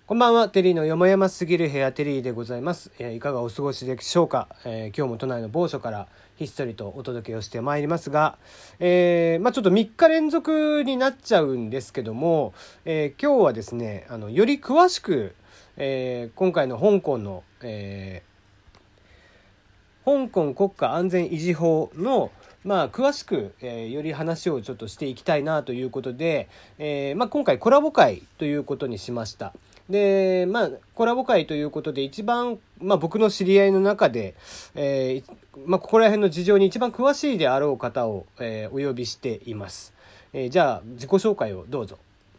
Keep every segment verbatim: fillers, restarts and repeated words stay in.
こんばんは。テリーのよもやますぎる部屋、テリーでございます。えーいかがお過ごしでしょうか。えー今日も都内の某所からひっそりとお届けをしてまいりますが、えーまあ、ちょっとみっか連続になっちゃうんですけども、えー今日はですね、あのより詳しく、えー今回の香港の、えー香港国家安全維持法のまあ、詳しく、えーより話をちょっとしていきたいなということで、えーまあ、今回コラボ会ということにしました。で、まあ、コラボ会ということで一番、まあ、僕の知り合いの中で、えーまあ、ここら辺の事情に一番詳しいであろう方を、えーお呼びしています。えーじゃあ自己紹介をどうぞ。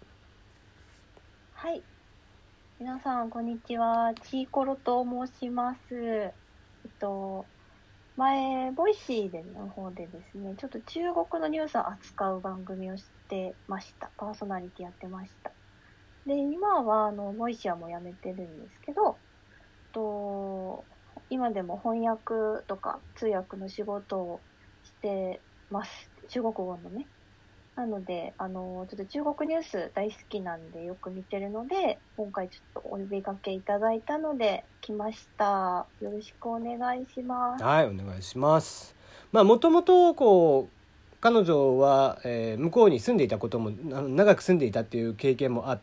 はい。皆さん、こんにちは。ちーころと申します。えっと、前、ボイシーでの方でですね、ちょっと中国のニュースを扱う番組をしてました。パーソナリティやってました。で、今は、あの、ボイシーはもうやめてるんですけど、と、今でも翻訳とか通訳の仕事をしてます。中国語のね。なので、あの、ちょっと中国ニュース大好きなんでよく見てるので、今回ちょっとお呼びかけいただいたので来ました。よろしくお願いします。 はい、お願いします。まあ、もともとこう彼女は、えー向こうに住んでいたこともあの長く住んでいたっていう経験もあって、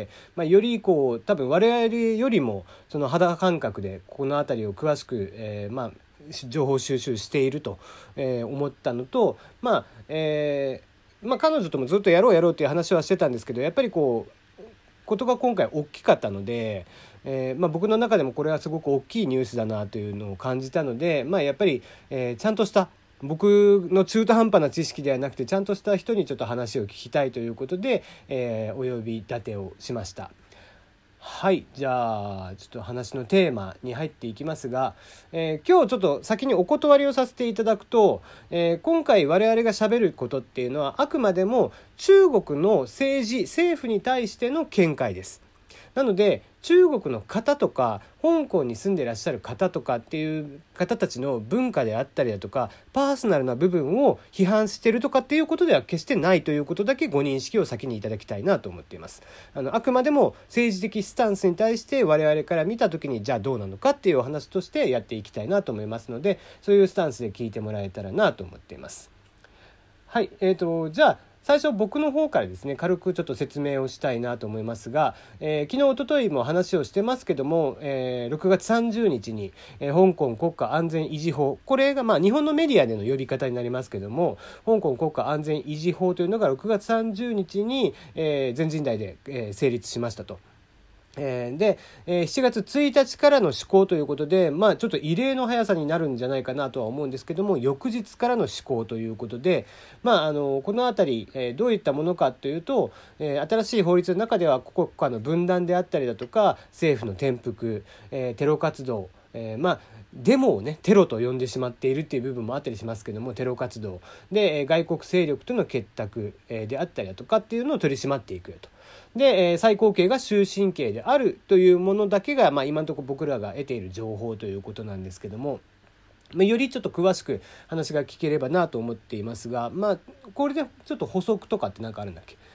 まあ、よりこう多分我々よりもその肌感覚でこの辺りを詳しく、えーまあ、情報収集していると、えー思ったのと、まあえーまあ、彼女ともずっとやろうやろうっていう話はしてたんですけど、やっぱりこうことが今回大きかったので、えーまあ、僕の中でもこれはすごく大きいニュースだなというのを感じたので、まあ、やっぱり、えーちゃんとした僕の中途半端な知識ではなくてちゃんとした人にちょっと話を聞きたいということで、えーお呼び立てをしました。はい、じゃあちょっと話のテーマに入っていきますが、えー今日ちょっと先にお断りをさせていただくと、えー今回我々がしゃべることっていうのはあくまでも中国の政治政府に対しての見解です。なので中国の方とか香港に住んでいらっしゃる方とかっていう方たちの文化であったりだとかパーソナルな部分を批判してるとかっていうことでは決してないということだけご認識を先にいただきたいなと思っています。あのあくまでも政治的スタンスに対して我々から見た時にじゃあどうなのかっていうお話としてやっていきたいなと思いますので、そういうスタンスで聞いてもらえたらなと思っています。はい、えーと、じゃあ最初僕の方からですね軽くちょっと説明をしたいなと思いますが、えー昨日一昨日も話をしてますけども、えーろくがつさんじゅうにちに、えー香港国家安全維持法、これがまあ日本のメディアでの呼び方になりますけども、香港国家安全維持法というのがろくがつさんじゅうにちに、えー全人代で、えー成立しましたと。えーで、えーしちがつついたちからの施行ということで、まあ、ちょっと異例の速さになるんじゃないかなとは思うんですけども、翌日からの施行ということで、まあ、あのこのあたり、えーどういったものかというと、えー新しい法律の中では国家の分断であったりだとか政府の転覆、えーテロ活動、えーまあデモをねテロと呼んでしまっているっていう部分もあったりしますけども、テロ活動で、えー外国勢力との結託、えーであったりだとかっていうのを取り締まっていくよと。で、えー最高刑が終身刑であるというものだけが、まあ、今のところ僕らが得ている情報ということなんですけども、まあ、よりちょっと詳しく話が聞ければなと思っていますが、まあ、これでちょっと補足とかって何かあるんだっけ？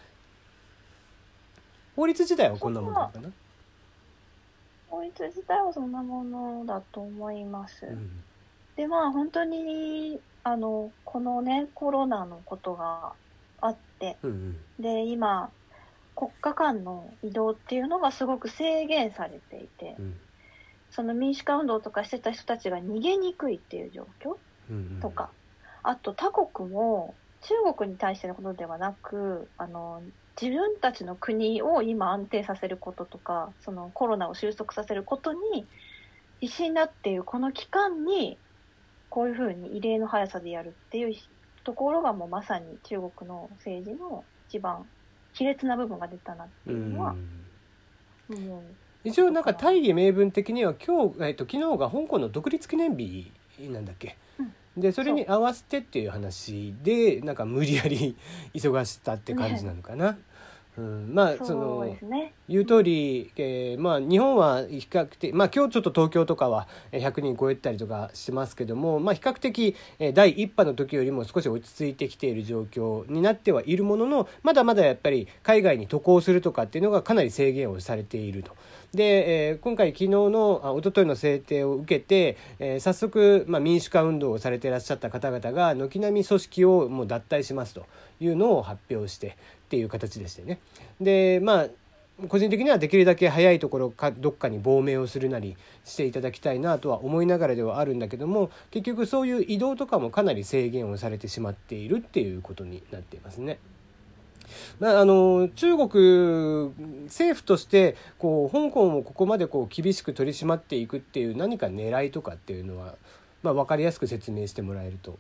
法律自体はこんなもんなのかな？ 法律自体はそんなものだと思います。 うん、 で、まあ本当に、あの、このね、コロナのことがあって、 うん、 で、今、国家間の移動っていうのがすごく制限されていて、 うん、 その民主化運動とかしてた人たちが逃げにくいっていう状況うん、 とか、あと他国も中国に対してのことではなく、あの自分たちの国を今安定させることとか、そのコロナを収束させることに必死になっているこの期間にこういうふうに異例の速さでやるっていうところがもうまさに中国の政治の一番卑劣な部分が出たなってういうのはん。 思う。 一応なんか大義名分的には今日、えっと、昨日が香港の独立記念日なんだっけ？ うんでそれに合わせてっていう話でなんか無理やり急がしたって感じなのかな、ね、 うん、まあそそうのですね。 言う通り、えーまあ、日本は比較的、まあ、今日ちょっと東京とかはひゃくにん超えたりとかしますけども、まあ、比較的えーだいいっ波の時よりも少し落ち着いてきている状況になってはいるものの、まだまだやっぱり海外に渡航するとかっていうのがかなり制限をされていると。で、えー今回昨日のあ一昨日の制定を受けて、えー早速、まあ、民主化運動をされていらっしゃった方々が軒並み組織をもう脱退しますというのを発表してっていう形でしてね。でまあ個人的にはできるだけ早いところかどっかに亡命をするなりしていただきたいなとは思いながらではあるんだけども、結局そういう移動とかもかなり制限をされてしまっているっていうことになっていますね。まあ、あの中国政府としてこう香港をここまでこう厳しく取り締まっていくっていう何か狙いとかっていうのは、まあ、分かりやすく説明してもらえると。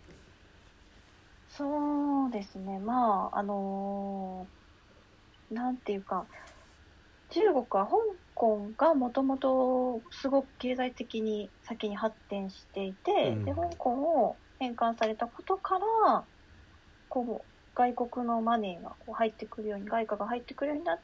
そうですね。まあ、あのーなんていうか、中国は香港がもともとすごく経済的に先に発展していて、 うんで、香港を返還されたことから、こう、外国のマネーがこう入ってくるように、外貨が入ってくるようになって、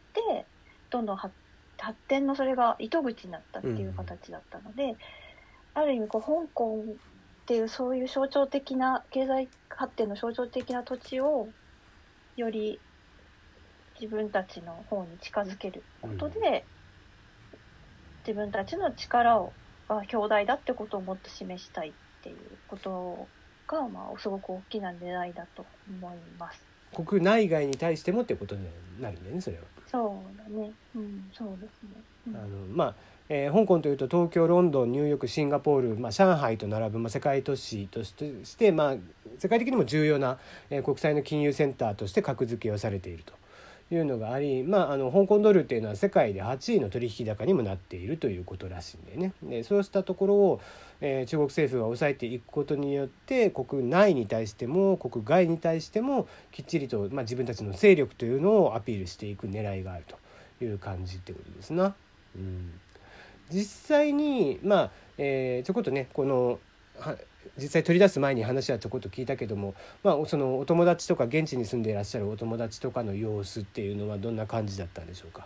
どんどん発発展のそれが糸口になったっていう形だったので、ある意味こう香港っていうそういう象徴的な経済発展の象徴的な土地をより自分たちの方に近づけることで、自分たちの力をが強大だってことをもっと示したいっていうことが、まあ、すごく大きな狙いだと思います。 国内外に対してもってことになるんだよね、それは。 そうだね。うん、そうですね。うん、 あのまあえー、香港というと東京、ロンドン、ニューヨーク、シンガポール、まあ、上海と並ぶ、まあ、世界都市としてして、まあ、世界的にも重要な、えー、国際の金融センターとして格付けをされているというのがあり、まあ、あの香港ドルっていうのは世界ではちいの取引高にもなっているということらしいんだよね。でそうしたところを、えー、中国政府が抑えていくことによって国内に対しても国外に対してもきっちりと、まあ、自分たちの勢力というのをアピールしていく狙いがあるという感じってことですな。うん実際にまあ、えー、ちょこっとねこの実際取り出す前に話はちょこっと聞いたけども、まあ、そのお友達とか現地に住んでいらっしゃるお友達とかの様子っていうのはどんな感じだったんでしょうか。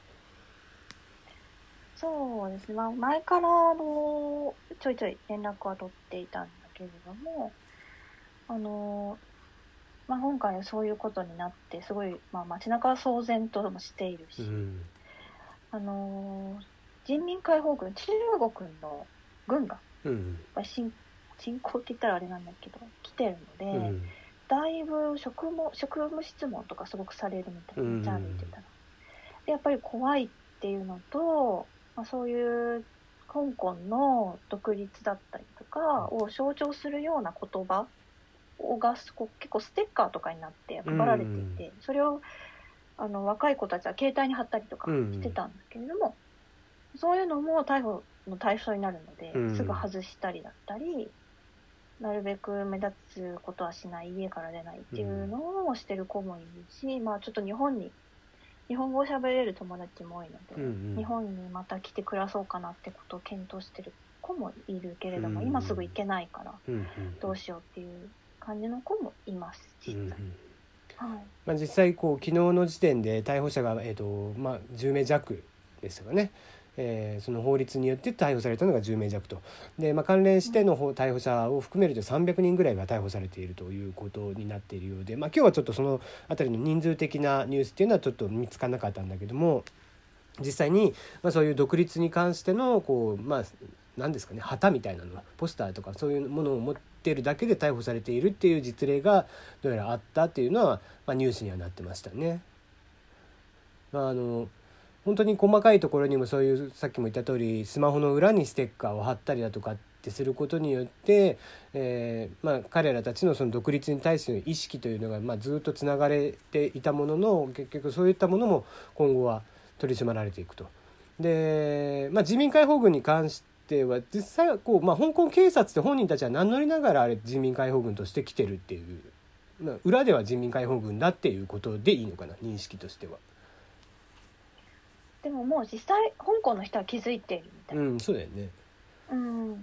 そうですね、まあ、前からあのちょいちょい連絡は取っていたんだけれども、あの、まあ、今回そういうことになってすごい、まあ、街中は騒然ともしているし、うん、あの人民解放軍、中国の軍が、うん、侵, 侵攻って言ったらあれなんだけど来てるので、うん、だいぶ職務、職務質問とかすごくされるみたいな、めっちゃ歩いてたら、でやっぱり怖いっていうのと、まあ、そういう香港の独立だったりとかを象徴するような言葉が結構ステッカーとかになって配られていて、うん、それをあの若い子たちは携帯に貼ったりとかしてたんだけれども、うん、そういうのも逮捕の対象になるので、うん、すぐ外したりだったり、なるべく目立つことはしない、家から出ないっていうのをしてる子もいるし、うん、まあちょっと日本に日本語を喋れる友達も多いので、うんうん、日本にまた来て暮らそうかなってことを検討してる子もいるけれども、うんうん、今すぐ行けないからどうしようっていう感じの子もいます、実際。うんうんはいまあ、実際こう昨日の時点で逮捕者が、えーとまあ、じゅうめいじゃくでしたかね、えー、その法律によって逮捕されたのがじゅうめいじゃくとで、まあ、関連しての逮捕者を含めるとさんびゃくにんぐらいが逮捕されているということになっているようで、まあ、今日はちょっとそのあたりの人数的なニュースっていうのはちょっと見つからなかったんだけども、実際に、まあ、そういう独立に関してのこう、まあ、何ですかね、旗みたいなのポスターとかそういうものを持っているだけで逮捕されているっていう実例がどうやらあったっていうのは、まあ、ニュースにはなってましたね。まあ、あの本当に細かいところにもそういうさっきも言った通りスマホの裏にステッカーを貼ったりだとかってすることによって、えーまあ、彼らたちのその独立に対しての意識というのが、まあ、ずっとつながれていたものの、結局そういったものも今後は取り締まられていくと。で、まあ、人民解放軍に関しては実際はこう、まあ、香港警察って本人たちは名乗りながらあれ人民解放軍として来てるっていう、まあ、裏では人民解放軍だっていうことでいいのかな、認識としては。 でももう実際香港の人は気づいているみたいな。 うん、そうだよね。 うん。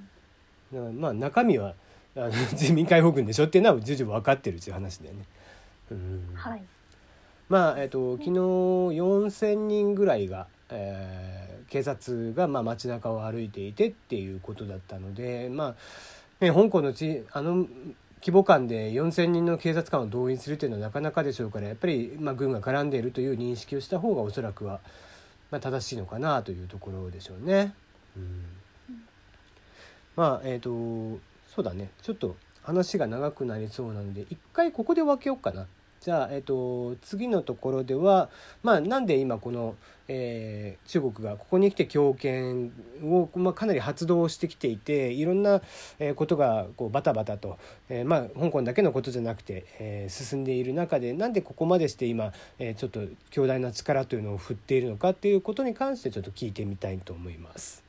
だからまあ中身はあの人民解放軍でしょっていうのは徐々に分かってるっていう話だよね。うん。 はい。 まあえー、と昨日よんせんにんぐらいが、えー警察がまあ街中を歩いていてっていうことだったので、まあね、香港のちあの規模感でよんせんにんの警察官を動員するというのはなかなかでしょうから、やっぱりまあ軍が絡んでいるという認識をした方がおそらくはまあ正しいのかなというところでしょうね。うん、まあえっ、ー、とそうだね、ちょっと話が長くなりそうなので一回ここで分けようかな。じゃあ、えー、と次のところでは、まあ、なんで今この、えー中国がここに来て強権を、まあ、かなり発動してきていて、いろんなえーことがこうバタバタと、えーまあ、香港だけのことじゃなくて、えー進んでいる中で、なんでここまでして今、えーちょっと強大な力というのを振っているのかっていうことに関してちょっと聞いてみたいと思います。